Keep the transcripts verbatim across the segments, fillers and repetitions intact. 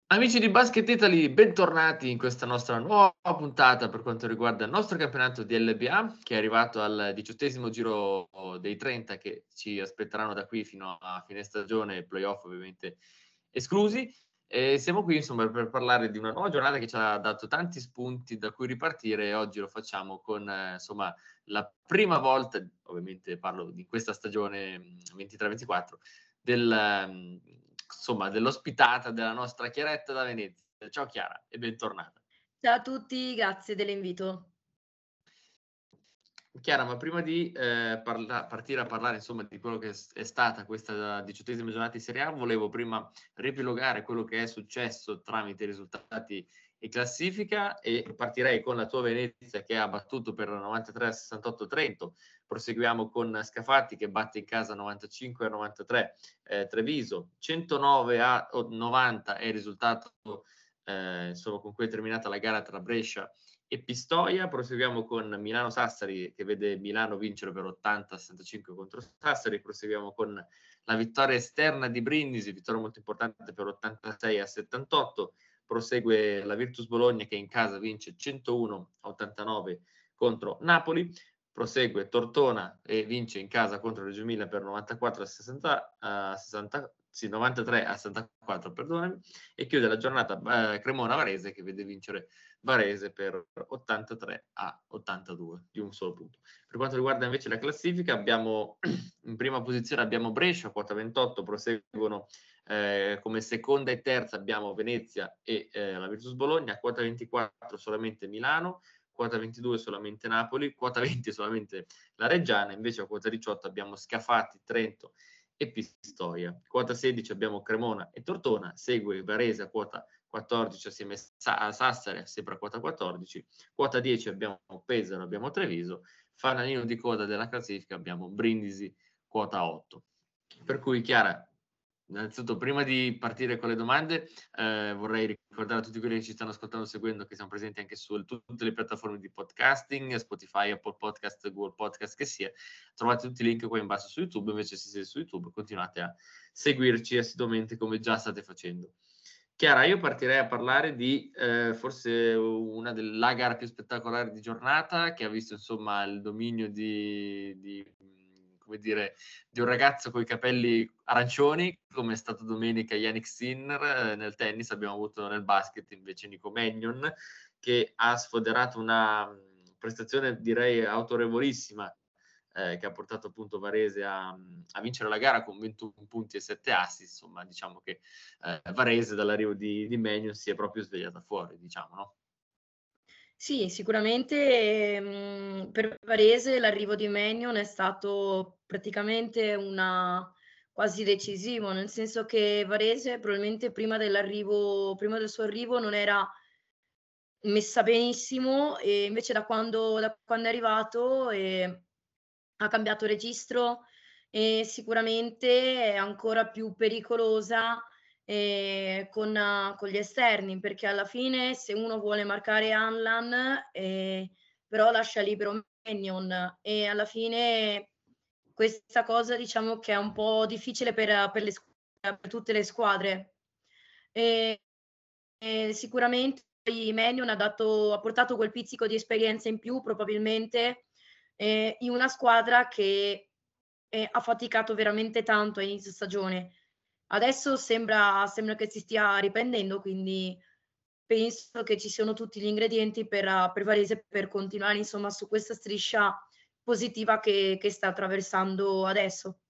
Amici di Basket Italy, bentornati in questa nostra nuova puntata per quanto riguarda il nostro campionato di L B A, che è arrivato al diciottesimo giro dei trenta che ci aspetteranno da qui fino a fine stagione, playoff ovviamente esclusi. E siamo qui insomma per parlare di una nuova giornata che ci ha dato tanti spunti da cui ripartire e oggi lo facciamo con eh, insomma la prima volta, ovviamente parlo di questa stagione ventitré ventiquattro, del, insomma, dell'ospitata della nostra Chiaretta da Venezia. Ciao Chiara e bentornata. Ciao a tutti, grazie dell'invito. Chiara, ma prima di eh, parla- partire a parlare insomma di quello che è stata questa diciottesima giornata di Serie A, volevo prima riepilogare quello che è successo tramite i risultati e classifica e partirei con la tua Venezia che ha battuto per novantatré a sessantotto Trento. Proseguiamo con Scafatti che batte in casa novantacinque a novantatré eh, Treviso, centonove a novanta è il risultato eh, insomma, con cui è terminata la gara tra Brescia e Pistoia. Proseguiamo con Milano-Sassari che vede Milano vincere per ottanta a sessantacinque contro Sassari. Proseguiamo con la vittoria esterna di Brindisi, vittoria molto importante per ottantasei a settantotto. Prosegue la Virtus Bologna che in casa vince centouno a ottantanove contro Napoli. Prosegue Tortona e vince in casa contro Reggio Emilia per novantaquattro a sessanta, a sessanta, sì, novantatré a sessantaquattro, perdonami, e chiude la giornata eh, Cremona-Varese che vede vincere Varese per ottantatré a ottantadue di un solo punto. Per quanto riguarda invece la classifica, abbiamo in prima posizione abbiamo Brescia, quota ventotto, proseguono eh, come seconda e terza abbiamo Venezia e eh, la Virtus Bologna, quota ventiquattro solamente Milano, quota ventidue solamente Napoli, quota venti solamente la Reggiana, invece a quota diciotto abbiamo Scafati, Trento e Pistoia. Quota sedici abbiamo Cremona e Tortona, segue Varese a quota quattordici assieme a Sassari, sempre a quota quattordici, quota dieci abbiamo Pesaro, abbiamo Treviso, fanalino di coda della classifica abbiamo Brindisi, quota otto. Per cui Chiara, innanzitutto prima di partire con le domande eh, vorrei ricordare a tutti quelli che ci stanno ascoltando e seguendo che siamo presenti anche su tutte le piattaforme di podcasting, Spotify, Apple Podcast, Google Podcast che sia, trovate tutti i link qua in basso su YouTube, invece se siete su YouTube continuate a seguirci assiduamente come già state facendo. Chiara, io partirei a parlare di eh, forse una della gara più spettacolare di giornata che ha visto insomma il dominio di, di come dire, di un ragazzo con i capelli arancioni, come è stato domenica Yannick Sinner. Eh, nel tennis abbiamo avuto nel basket invece Nico Mannion, che ha sfoderato una mh, prestazione direi autorevolissima, eh, che ha portato appunto Varese a, a vincere la gara con ventuno punti e sette assist. Insomma, diciamo che eh, Varese dall'arrivo di, di Mannion si è proprio svegliata fuori, diciamo, no? Sì, sicuramente, mhmm, per Varese l'arrivo di Maignan è stato praticamente una quasi decisivo, nel senso che Varese probabilmente prima dell'arrivo prima del suo arrivo non era messa benissimo e invece da quando da quando è arrivato, ehm, ha cambiato registro e sicuramente è ancora più pericolosa, ehm, con con gli esterni, perché alla fine se uno vuole marcare Hanlan, ehm, però lascia libero Mannion e alla fine questa cosa diciamo che è un po' difficile per per le sq per tutte le squadre. Ehm, e sicuramente poi Mannion ha dato ha portato quel pizzico di esperienza in più probabilmente, ehm, in una squadra che, ehm, ha faticato veramente tanto a inizio stagione. Adesso sembra sembra che si stia riprendendo, quindi penso che ci siano tutti gli ingredienti per per Varese per continuare insomma su questa striscia positiva che che sta attraversando adesso.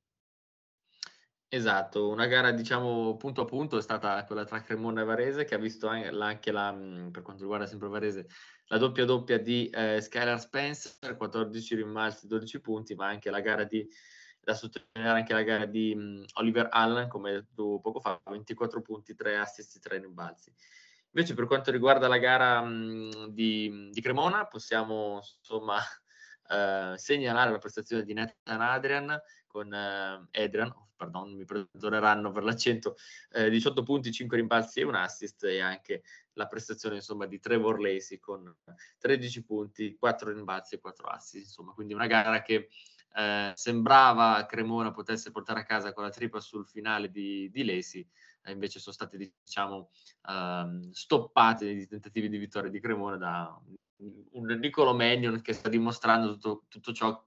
Esatto, una gara diciamo punto a punto è stata quella tra Cremona e Varese che ha visto an la anche la mhmm, per quanto riguarda sempre Varese, la doppia doppia di, ehm, Skylar Spencer, quattordici rimbalzi, dodici punti, ma anche la gara di da sottolineare anche la gara di, mhmm, Oliver Allen, come hai detto poco fa, ventiquattro punti, tre assist, tre rimbalzi. Invece per quanto riguarda la gara, mhmm, di di Cremona possiamo insomma, ehm, segnalare la prestazione di Nathan Adrian con eh, Adrian, pardon, mi perdoneranno per l'accento, eh, diciotto punti, cinque rimbalzi e un assist e anche la prestazione insomma di Trevor Lacey con tredici punti, quattro rimbalzi e quattro assist, insomma, quindi una gara che eh, sembrava Cremona potesse portare a casa con la tripla sul finale di, di Lesi, eh, invece sono stati, diciamo, ehm, stoppati i tentativi di vittoria di Cremona da un Niccolò Mannion che sta dimostrando tutto, tutto ciò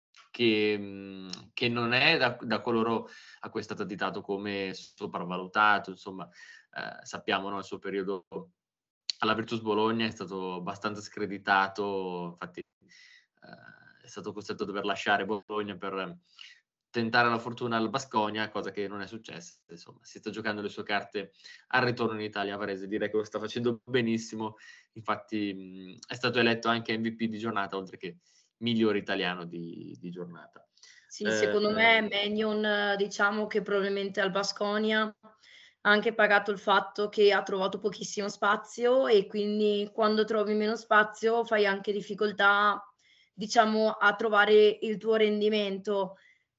che, che non è da, da coloro a cui è stato additato come sopravvalutato. Insomma, eh, sappiamo, no, il suo periodo alla Virtus Bologna è stato abbastanza screditato, infatti eh, è stato costretto a dover lasciare Bologna per tentare la fortuna al Baskonia, cosa che non è successa. Insomma, si sta giocando le sue carte al ritorno in Italia. Varese direi che lo sta facendo benissimo, infatti mh, è stato eletto anche M V P di giornata, oltre che migliore italiano di, di giornata. Sì, Eh, secondo me ehm, Mannion, diciamo che probabilmente al Baskonia ha anche pagato il fatto che ha trovato pochissimo spazio e quindi quando trovi meno spazio fai anche difficoltà, diciamo, a trovare il tuo rendimento.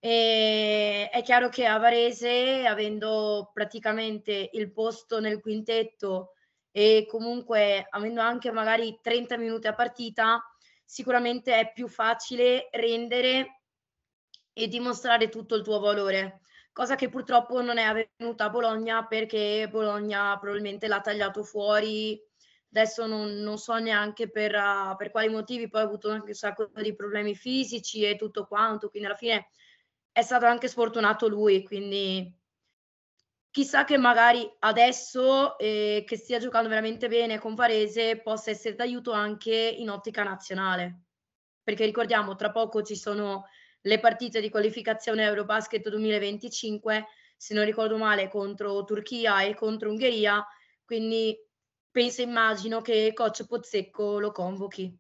E è chiaro che a Varese, avendo praticamente il posto nel quintetto e comunque avendo anche magari trenta minuti a partita, sicuramente è più facile rendere e dimostrare tutto il tuo valore, cosa che purtroppo non è avvenuta a Bologna perché Bologna probabilmente l'ha tagliato fuori. Adesso non, non so neanche per, uh, per quali motivi, poi ha avuto anche un sacco di problemi fisici e tutto quanto, quindi alla fine è stato anche sfortunato lui, quindi chissà che magari adesso eh, che stia giocando veramente bene con Varese possa essere d'aiuto anche in ottica nazionale, perché ricordiamo tra poco ci sono le partite di qualificazione Eurobasket duemilaventicinque, se non ricordo male contro Turchia e contro Ungheria, quindi penso immagino che coach Pozzecco lo convochi.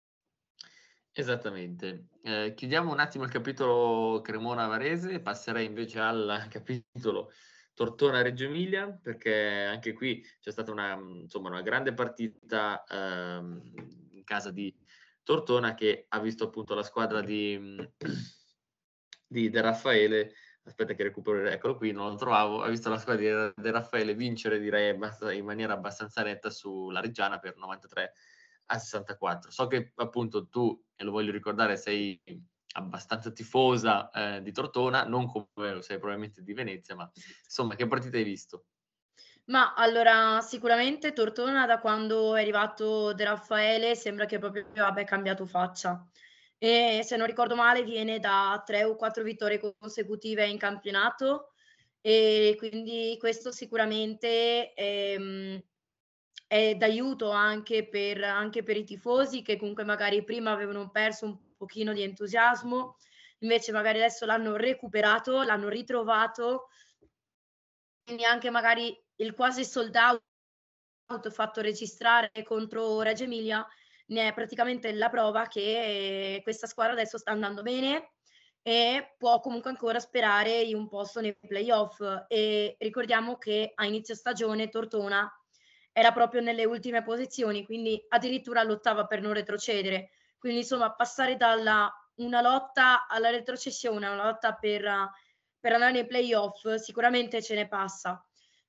Esattamente. Eh, chiudiamo un attimo il capitolo Cremona-Varese, passerei invece al capitolo Tortona-Reggio Emilia, perché anche qui c'è stata una, insomma, una grande partita ehm, in casa di Tortona che ha visto appunto la squadra di, di De Raffaele, aspetta che recupero, eccolo qui, non lo trovavo, ha visto la squadra di De Raffaele vincere, direi, in maniera abbastanza netta sulla Reggiana per novantatré a sessantaquattro. So che appunto tu, e lo voglio ricordare, sei abbastanza tifosa eh, di Tortona, non come lo sei probabilmente di Venezia, ma insomma, che partita hai visto? Ma allora, sicuramente Tortona da quando è arrivato De Raffaele sembra che proprio abbia cambiato faccia. E se non ricordo male viene da tre o quattro vittorie consecutive in campionato e quindi questo sicuramente ehm, è d'aiuto anche per, anche per i tifosi che comunque magari prima avevano perso un pochino di entusiasmo, invece magari adesso l'hanno recuperato, l'hanno ritrovato, quindi anche magari il quasi sold out fatto registrare contro Reggio Emilia ne è praticamente la prova che questa squadra adesso sta andando bene e può comunque ancora sperare in un posto nei playoff. E ricordiamo che a inizio stagione Tortona era proprio nelle ultime posizioni, quindi addirittura lottava per non retrocedere. Quindi insomma passare dalla una lotta alla retrocessione a una lotta per, per andare nei playoff sicuramente ce ne passa.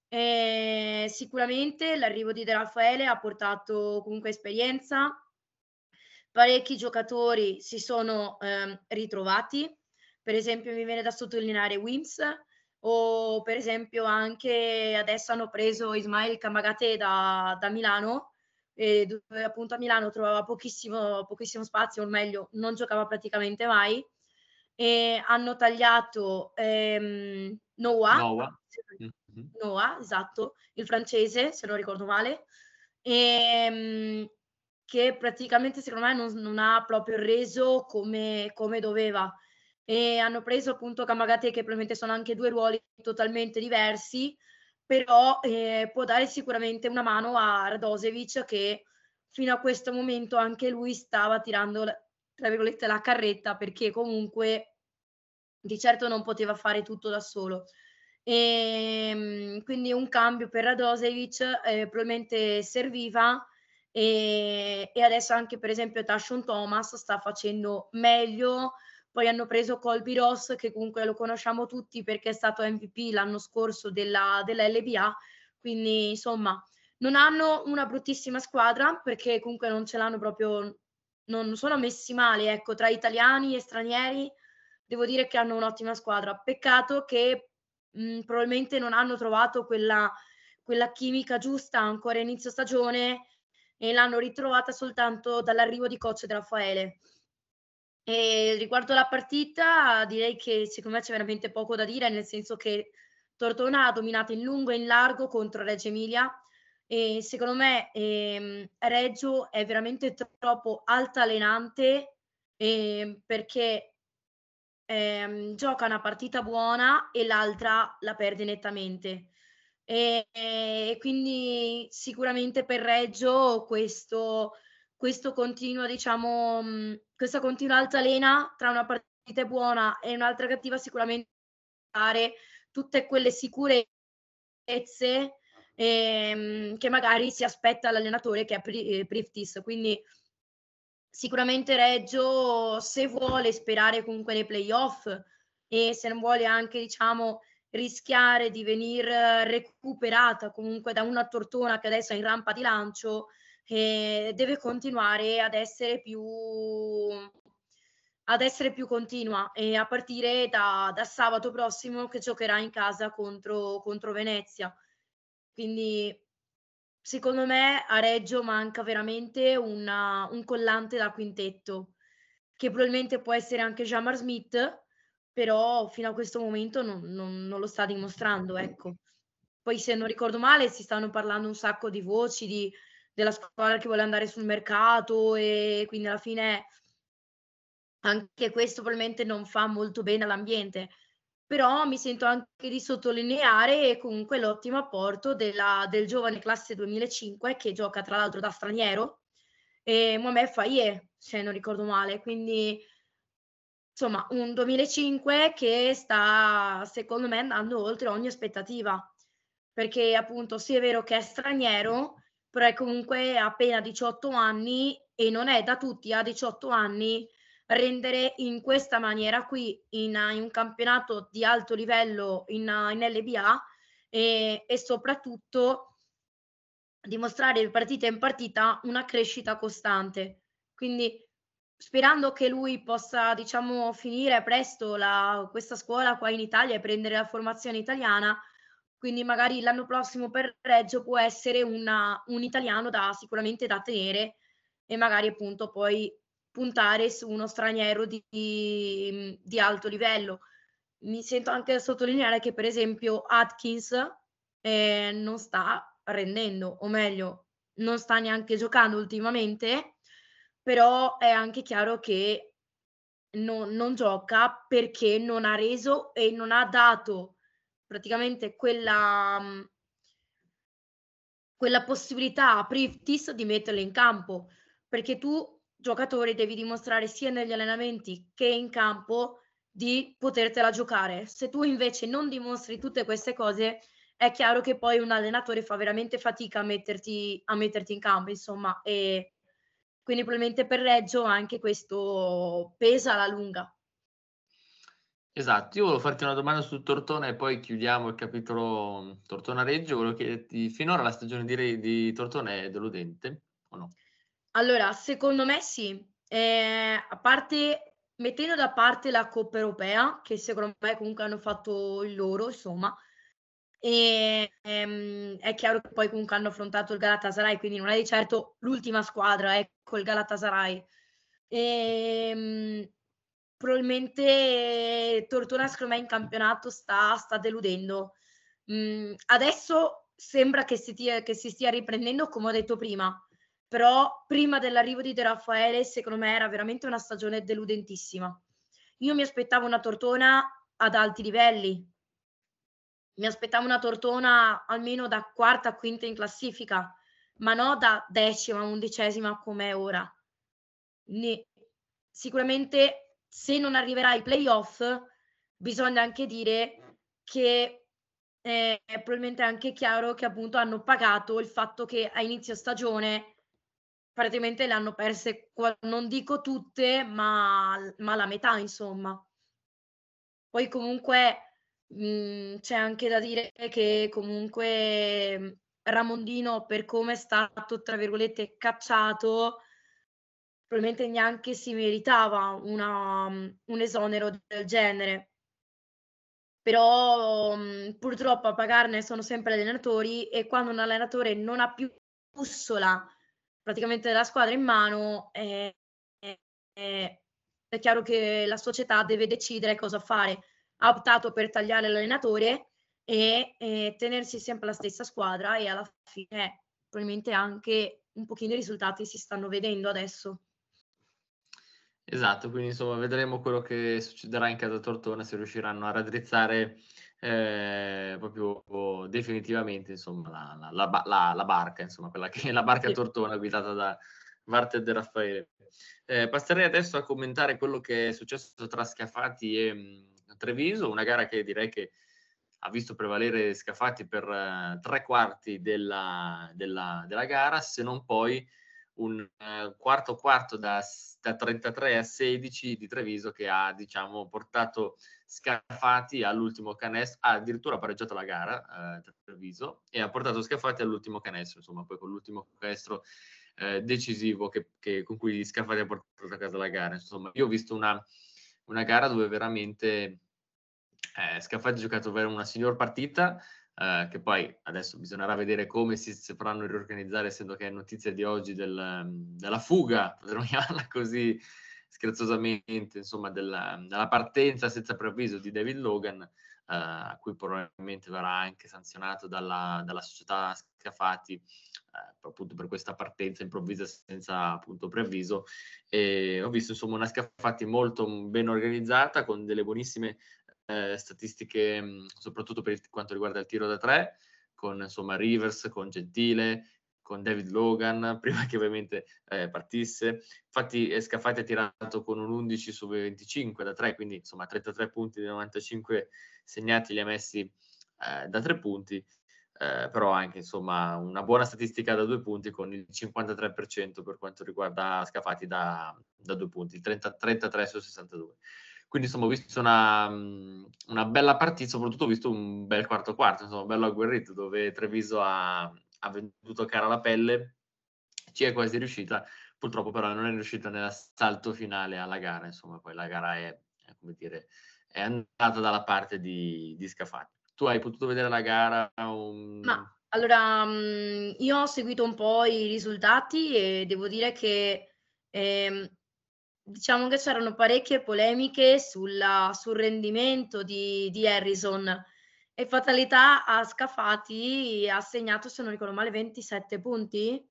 E sicuramente l'arrivo di De Raffaele ha portato comunque esperienza, parecchi giocatori si sono ehm, ritrovati, per esempio mi viene da sottolineare Wims o per esempio anche adesso hanno preso Ismail Kamagate da, da Milano, e dove appunto a Milano trovava pochissimo, pochissimo spazio, o meglio non giocava praticamente mai, e hanno tagliato ehm, Noah, Noah? Mm-hmm. Noah, esatto, il francese, se non ricordo male, ehm, che praticamente secondo me non, non ha proprio reso come, come doveva. E hanno preso appunto Kamagate, che probabilmente sono anche due ruoli totalmente diversi, però eh, può dare sicuramente una mano a Radosevic, che fino a questo momento anche lui stava tirando, tra virgolette, la carretta, perché comunque di certo non poteva fare tutto da solo. Ehm, quindi un cambio per Radosevic eh, probabilmente serviva e, e adesso anche per esempio Tashon Thomas sta facendo meglio. Poi hanno preso Colby Ross, che comunque lo conosciamo tutti perché è stato M V P l'anno scorso della, della L B A, quindi insomma non hanno una bruttissima squadra perché comunque non ce l'hanno proprio, non sono messi male, ecco, tra italiani e stranieri devo dire che hanno un'ottima squadra. Peccato che, mhmm, probabilmente non hanno trovato quella quella chimica giusta ancora a inizio stagione e l'hanno ritrovata soltanto dall'arrivo di coach De Raffaele. E riguardo la partita direi che secondo me c'è veramente poco da dire, nel senso che Tortona ha dominato in lungo e in largo contro Reggio Emilia e secondo me, ehm, Reggio è veramente troppo altalenante, ehm, perché, ehm, gioca una partita buona e l'altra la perde nettamente. E e quindi sicuramente per Reggio questo questo continuo diciamo mhmm, questa continua altalena tra una partita buona e un'altra cattiva sicuramente dare tutte quelle sicurezze, ehm, che magari si aspetta l'allenatore che è Pri ehm, Priftis. Quindi sicuramente Reggio, se vuole sperare comunque nei playoff e se non vuole anche, diciamo, rischiare di venir recuperata comunque da una Tortona che adesso è in rampa di lancio, ehm, deve continuare ad essere più ad essere più continua e a partire da da sabato prossimo che giocherà in casa contro contro Venezia. Quindi secondo me a Reggio manca veramente una un collante da quintetto, che probabilmente può essere anche Jamar Smith, però fino a questo momento non non non lo sta dimostrando, ecco. Poi se non ricordo male si stanno parlando un sacco di voci di della squadra che vuole andare sul mercato e quindi alla fine anche questo probabilmente non fa molto bene all'ambiente. Però mi sento anche di sottolineare comunque l'ottimo apporto della del giovane classe duemilacinque che gioca tra l'altro da straniero, ehm, Mohamed Fayez, se non ricordo male. Quindi insomma un duemilacinque che sta, secondo me, andando oltre ogni aspettativa. Perché appunto sì è vero che è straniero, però è comunque appena diciotto anni e non è da tutti a diciotto anni rendere in questa maniera qui, in in un campionato di alto livello in in L B A, ehm, e soprattutto dimostrare di partita in partita una crescita costante. Quindi sperando che lui possa, diciamo, finire presto la questa scuola qua in Italia e prendere la formazione italiana, quindi magari l'anno prossimo per Reggio può essere una un italiano da sicuramente da tenere e magari appunto poi puntare su uno straniero di mhmm, di alto livello. Mi sento anche da sottolineare che per esempio Atkins, ehm, non sta rendendo, o meglio, non sta neanche giocando ultimamente, però è anche chiaro che non non gioca perché non ha reso e non ha dato praticamente quella mhmm quella possibilità a Priftis di metterlo in campo, perché tu giocatore devi dimostrare sia negli allenamenti che in campo di potertela giocare. Se tu invece non dimostri tutte queste cose, è chiaro che poi un allenatore fa veramente fatica a metterti a metterti in campo insomma, e quindi probabilmente per Reggio anche questo pesa alla lunga. Esatto, io volevo farti una domanda su Tortona e poi chiudiamo il capitolo, mhmm, Tortona-Reggio. Volevo chiederti: finora la stagione di Re di Tortona è deludente o no? Allora, secondo me sì. Ehm, a parte mettendo da parte la Coppa Europea, che secondo me comunque hanno fatto il loro, insomma, ehm, è chiaro che poi comunque hanno affrontato il Galatasaray, quindi non è di certo l'ultima squadra, ecco, il Galatasaray. Ehm, probabilmente Tortona secondo me in campionato sta sta deludendo. Mhmm, adesso sembra che si tia che si stia riprendendo come ho detto prima, però prima dell'arrivo di De Raffaele secondo me era veramente una stagione deludentissima. Io mi aspettavo una Tortona ad alti livelli. Mi aspettavo una Tortona almeno da quarta a quinta in classifica, ma no da decima, undicesima com'è ora. Ni sicuramente se non arriverà ai playoff, bisogna anche dire che, ehm, è probabilmente anche chiaro che appunto hanno pagato il fatto che a inizio stagione praticamente le hanno perse qua non dico tutte, ma l ma la metà insomma. Poi comunque, mhmm, c'è anche da dire che comunque, mhmm, Ramondino per come è stato, tra virgolette, "cacciato", probabilmente neanche si meritava una mhmm, un esonero del genere. Però, mhmm, purtroppo a pagarne sono sempre gli allenatori e quando un allenatore non ha più bussola praticamente della squadra in mano, ehm, ehm, è chiaro che la società deve decidere cosa fare. Ha optato per tagliare l'allenatore e, ehm, tenersi sempre la stessa squadra e alla fine probabilmente anche un pochino i risultati si stanno vedendo adesso. Esatto, quindi insomma vedremo quello che succederà in casa Tortona, se riusciranno a raddrizzare, ehm, proprio definitivamente insomma la la la ba la la barca insomma, quella che è la barca Sì. Tortona guidata da Walter De Raffaele. Ehm, passerei adesso a commentare quello che è successo tra Scafati e, mhmm, Treviso, una gara che direi che ha visto prevalere Scafati per tre quarti della della della gara, se non poi un eh, quarto quarto da s da trentatré a sedici di Treviso che ha, diciamo, portato Scafati all'ultimo canes ha addirittura pareggiato la gara, ehm, Treviso, e ha portato Scafati all'ultimo canestro, insomma, poi con l'ultimo canestro, ehm, decisivo che che con cui Scafati ha portato a casa la gara. Insomma, io ho visto una una gara dove veramente, ehm, Scafati ha giocato ver una signor partita, ehm, che poi adesso bisognerà vedere come si sapranno riorganizzare, essendo che è notizia di oggi del mhmm, della fuga, potremmo chiamarla così scherzosamente, insomma della della partenza senza preavviso di David Logan, ehm, a cui probabilmente verrà anche sanzionato dalla dalla società Scafati, ehm, appunto per questa partenza improvvisa senza appunto preavviso. E ho visto insomma una Scafati molto, mhmm, ben organizzata, con delle buonissime ehm, statistiche, mhmm, soprattutto per il quanto riguarda il tiro da tre, con insomma Rivers, con Gentile, con David Logan, prima che ovviamente, ehm, partisse. Infatti, ehm, Scafati ha tirato con un undici su venticinque da tre, quindi insomma trentatré punti dei novantacinque segnati li ha messi, ehm, da tre punti, ehm, però anche insomma una buona statistica da due punti con il cinquantatré per cento per quanto riguarda Scafati da da due punti, il trenta trentatré su sessantadue. Quindi insomma ho visto una mhmm, una bella parti soprattutto ho visto un bel quarto quarto, insomma bello agguerrito, dove Treviso ha ha venduto cara la pelle, ci è quasi riuscita, purtroppo però non è riuscita nell'assalto finale alla gara, insomma poi la gara è è come dire, è andata dalla parte di di Scafati. Tu hai potuto vedere la gara, Ma un allora, mhmm, io ho seguito un po' i risultati e devo dire che, ehm, diciamo che c'erano parecchie polemiche sulla sul rendimento di di Harrison e fatalità a Scafati ha segnato, se non ricordo male, ventisette punti?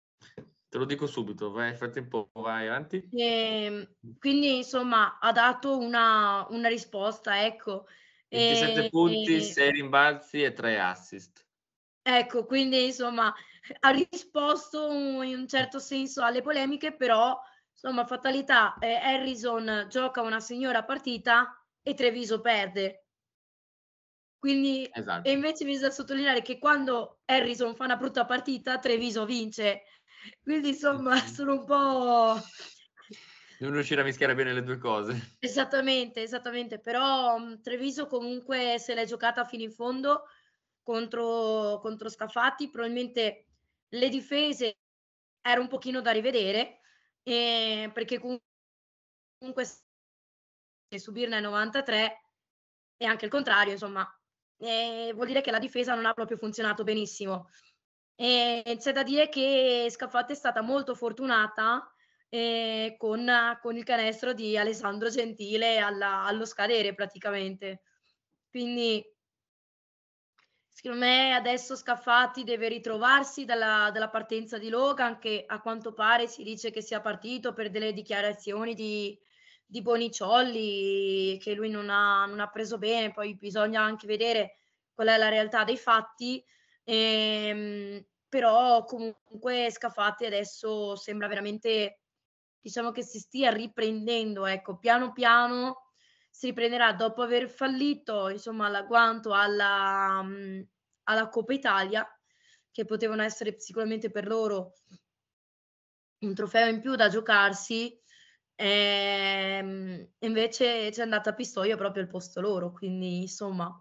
te lo dico subito, vai nel frattempo vai avanti. Ehm, quindi insomma ha dato una una risposta, ecco. ventisette Ehm, punti, sei rimbalzi e tre assist. ecco, quindi insomma ha risposto u in un certo senso alle polemiche, però insomma fatalità, ehm, Harrison gioca una signora partita e Treviso perde. Quindi e Esatto. invece bisogna sottolineare che quando Harrison fa una brutta partita, Treviso vince. Quindi insomma Mh-mh. sono un po' Devono riuscire a mischiare bene le due cose. esattamente, esattamente, però, mhmm, Treviso comunque se l'è giocata fino in fondo contro contro Scafati. Probabilmente le difese era un pochino da rivedere, ehm, perché comunque s e subirne novantatré e anche il contrario insomma, ehm, vuol dire che la difesa non ha proprio funzionato benissimo. Ehm, c'è da dire che Scafati è stata molto fortunata, ehm, con con il canestro di Alessandro Gentile alla allo scadere praticamente. Quindi secondo me adesso Scafati deve ritrovarsi dalla dalla partenza di Logan, che a quanto pare si dice che sia partito per delle dichiarazioni di di Boniciolli, che lui non ha non ha preso bene, poi bisogna anche vedere qual è la realtà dei fatti. Ehm, però comunque Scafati adesso sembra veramente, diciamo che si stia riprendendo, ecco, piano piano si riprenderà dopo aver fallito, insomma, all'agguanto alla mhmm, alla Coppa Italia, che potevano essere sicuramente per loro un trofeo in più da giocarsi, ehm, e invece c'è andata a Pistoia proprio al posto loro, quindi insomma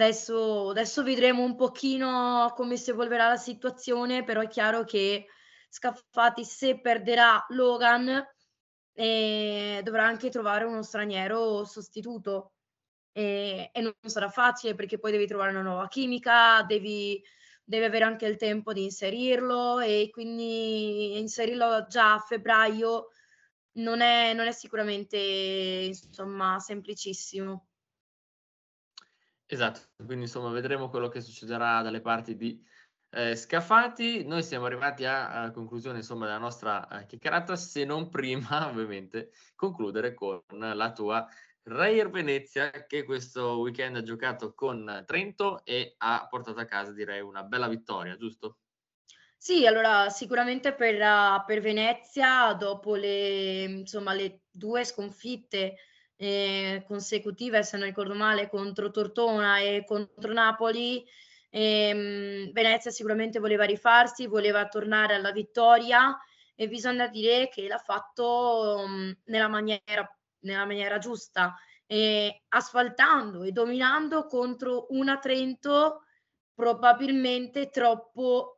adesso adesso vedremo un pochino come si evolverà la situazione, però è chiaro che Scafati, se perderà Logan, ehm, dovrà anche trovare uno straniero sostituto. Ehm, e non sarà facile perché poi devi trovare una nuova chimica, devi devi avere anche il tempo di inserirlo e quindi inserirlo già a febbraio non è non è sicuramente, insomma, semplicissimo. Esatto, quindi insomma vedremo quello che succederà dalle parti di, ehm, Scafati. Noi siamo arrivati a a conclusione insomma della nostra, ehm, chiacchierata, se non prima ovviamente concludere con la tua Reyer Venezia che questo weekend ha giocato con Trento e ha portato a casa direi una bella vittoria, giusto? Sì, allora sicuramente per per Venezia dopo le insomma le due sconfitte, ehm, consecutive, se non ricordo male, contro Tortona e contro Napoli, ehm, Venezia sicuramente voleva rifarsi, voleva tornare alla vittoria e bisogna dire che l'ha fatto, mhmm, nella maniera nella maniera giusta, ehm, asfaltando e dominando contro una Trento probabilmente troppo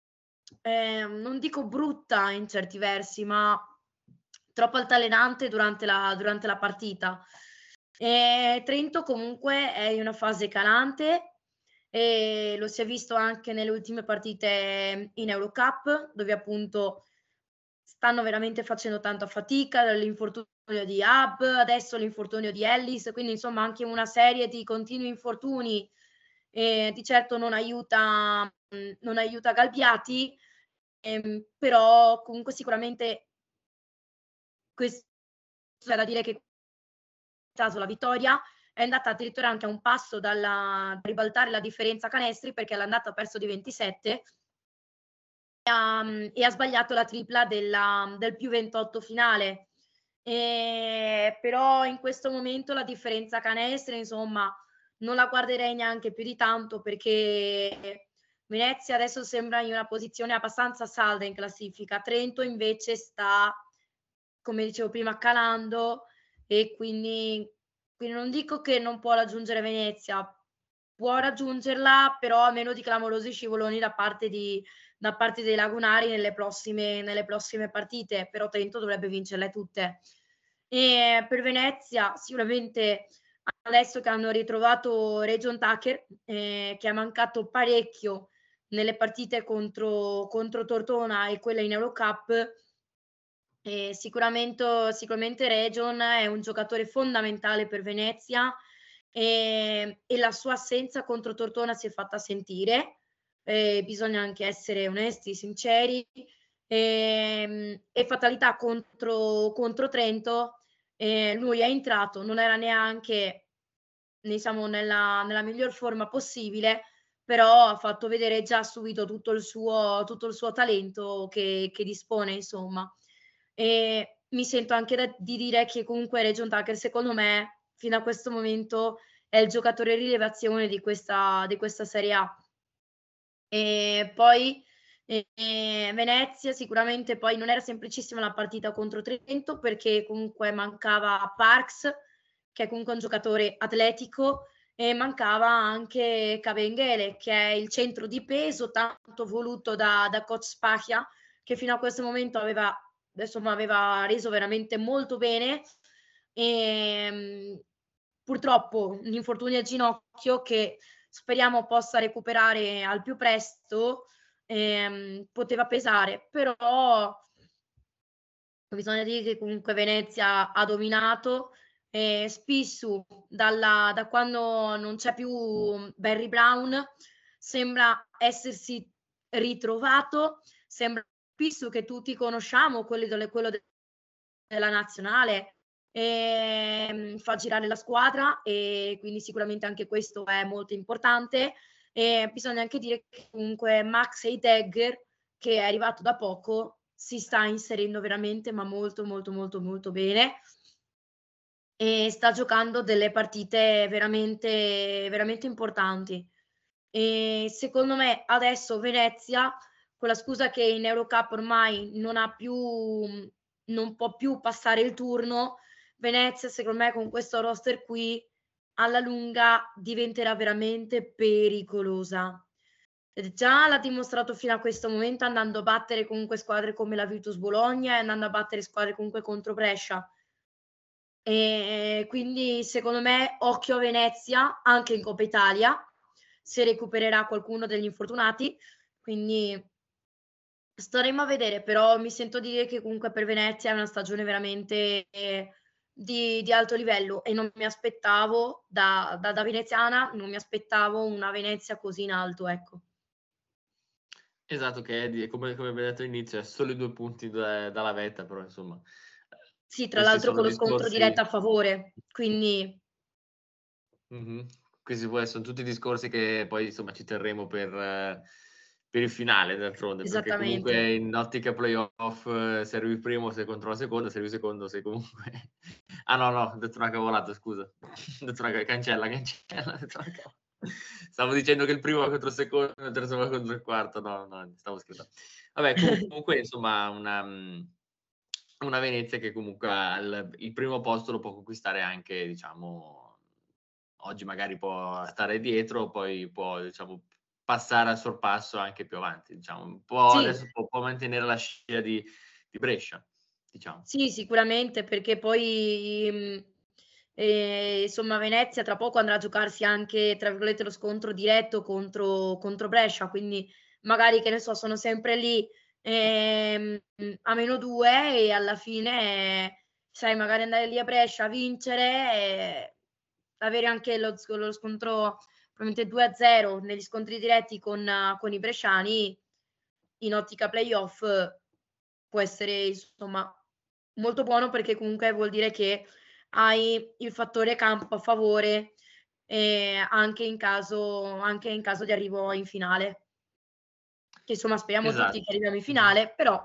Ehm, non dico brutta in certi versi, ma troppo altalenante durante la durante la partita. Ehm, Trento comunque è in una fase calante, e lo si è visto anche nelle ultime partite in Eurocup, dove appunto stanno veramente facendo tanta fatica, dall'infortunio di Hub, adesso l'infortunio di Ellis, quindi insomma anche una serie di continui infortuni, ehm, di certo non aiuta mhmm, non aiuta Galbiati. Ehm, però comunque sicuramente questo c'è da dire che caso la vittoria è andata addirittura anche a un passo dalla ribaltare la differenza canestri perché all'andata ha perso di ventisette e ha mhmm, e ha sbagliato la tripla della del più ventotto finale. Ehm, però in questo momento la differenza canestri, insomma, non la guarderei neanche più di tanto perché Venezia adesso sembra in una posizione abbastanza salda in classifica. Trento invece sta, come dicevo prima, calando e quindi quindi non dico che non può raggiungere Venezia, può raggiungerla, però a meno di clamorosi scivoloni da parte di da parte dei lagunari nelle prossime nelle prossime partite, però Trento dovrebbe vincerle tutte. E per Venezia sicuramente adesso che hanno ritrovato Region Tucker, ehm, che è mancato parecchio nelle partite contro contro Tortona e quella in Eurocup, ehm, sicuramento sicuramente Region è un giocatore fondamentale per Venezia, ehm, e la sua assenza contro Tortona si è fatta sentire, ehm, bisogna anche essere onesti, sinceri, ehm, e fatalità contro contro Trento, ehm, lui è entrato, non era neanche diciamo nella nella miglior forma possibile, però ha fatto vedere già subito tutto il suo tutto il suo talento che che dispone insomma. Ehm, mi sento anche da di dire che comunque Region Tucker secondo me, fino a questo momento, è il giocatore rilevazione di questa di questa Serie A. E poi, ehm, Venezia sicuramente poi non era semplicissima la partita contro Trento, perché comunque mancava Parks, che è comunque un giocatore atletico, e mancava anche Kabengele, che è il centro di peso tanto voluto da da coach Spachia, che fino a questo momento aveva insomma aveva reso veramente molto bene. Ehm, Purtroppo un infortunio al ginocchio che speriamo possa recuperare al più presto, ehm, poteva pesare, però bisogna dire che comunque Venezia ha dominato, e Spissu dalla da quando non c'è più Barry Brown sembra essersi ritrovato, sembra Spissu che tutti conosciamo, quelli delle quello de della nazionale, ehm, fa girare la squadra e quindi sicuramente anche questo è molto importante. E bisogna anche dire che comunque Max Heidegger, che è arrivato da poco, si sta inserendo veramente, ma molto, molto, molto, molto bene e sta giocando delle partite veramente veramente importanti. Ehm, secondo me adesso Venezia, con la scusa che in Eurocup ormai non ha più mhmm, non può più passare il turno, Venezia secondo me con questo roster qui alla lunga diventerà veramente pericolosa. Eh, già l'ha dimostrato fino a questo momento andando a battere comunque squadre come la Virtus Bologna e andando a battere squadre comunque contro Brescia. Ehm, quindi secondo me occhio a Venezia, anche in Coppa Italia, se recupererà qualcuno degli infortunati, quindi staremo a vedere, però mi sento dire che comunque per Venezia è una stagione veramente eh, di di alto livello e non mi aspettavo da da da veneziana, non mi aspettavo una Venezia così in alto, ecco. Esatto, che è di come come abbiamo detto all'inizio, è solo i due punti da dalla vetta, però insomma, ehm, Sì, tra questi l'altro sono con lo scontro discorsi. diretto a favore, quindi Mh-mh. Questi poi son tutti discorsi che poi insomma ci terremo per eh, per il finale d'altronde, perché esattamente. comunque in ottica playoff eh, se arrivi primo sei contro la seconda, se arrivi secondo sei comunque ah no, no, ho detto una cavolata scusa. Ho detto una ca cancella, cancella, ho detto una cavolo. Stavo dicendo che il primo va contro il secondo, il terzo va contro il quarto, no, no, stavo scherzando. Vabbè comunque insomma una mhmm, una Venezia che comunque ha il il primo posto lo può conquistare anche diciamo oggi magari può stare dietro, poi può diciamo passare al sorpasso anche più avanti, diciamo. Un po' Sì. adesso può può mantenere la scia di di Brescia, diciamo. Sì, sicuramente perché poi, mhmm, ehm, insomma Venezia tra poco andrà a giocarsi anche, tra virgolette, "lo scontro diretto" contro contro Brescia, quindi magari, che ne so, sono sempre lì, ehm, a meno due e alla fine, sai, magari andare lì a Brescia, vincere e avere anche lo sc lo scontro probabilmente due a zero negli scontri diretti con con i bresciani, in ottica playoff può essere insomma molto buono perché comunque vuol dire che hai il fattore campo a favore, ehm, anche in caso anche in caso di arrivo in finale. Che insomma speriamo tutti che Esatto. arriviamo in Mh-mh. finale, però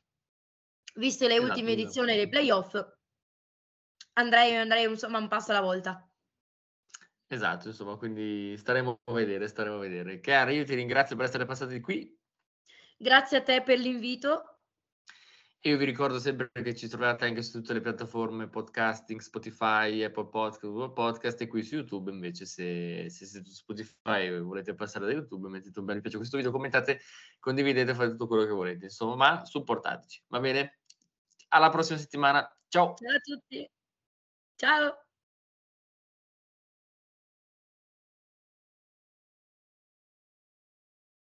viste le ultime Esatto, esa edizioni dei playoff andrei andrei insomma un passo alla volta. esatto, insomma, quindi staremo a vedere, staremo a vedere. Chiara, io ti ringrazio per essere passati qui. Grazie a te per l'invito. E io vi ricordo sempre che ci trovate anche su tutte le piattaforme podcasting, Spotify, Apple Podcast, Google Podcast e qui su YouTube invece se se siete su Spotify e volete passare da YouTube mettete un bel mi piace a questo video, commentate, condividete, fate tutto quello che volete insomma, ma supportateci, va bene? Alla prossima settimana. Ciao. Ciao a tutti. Ciao.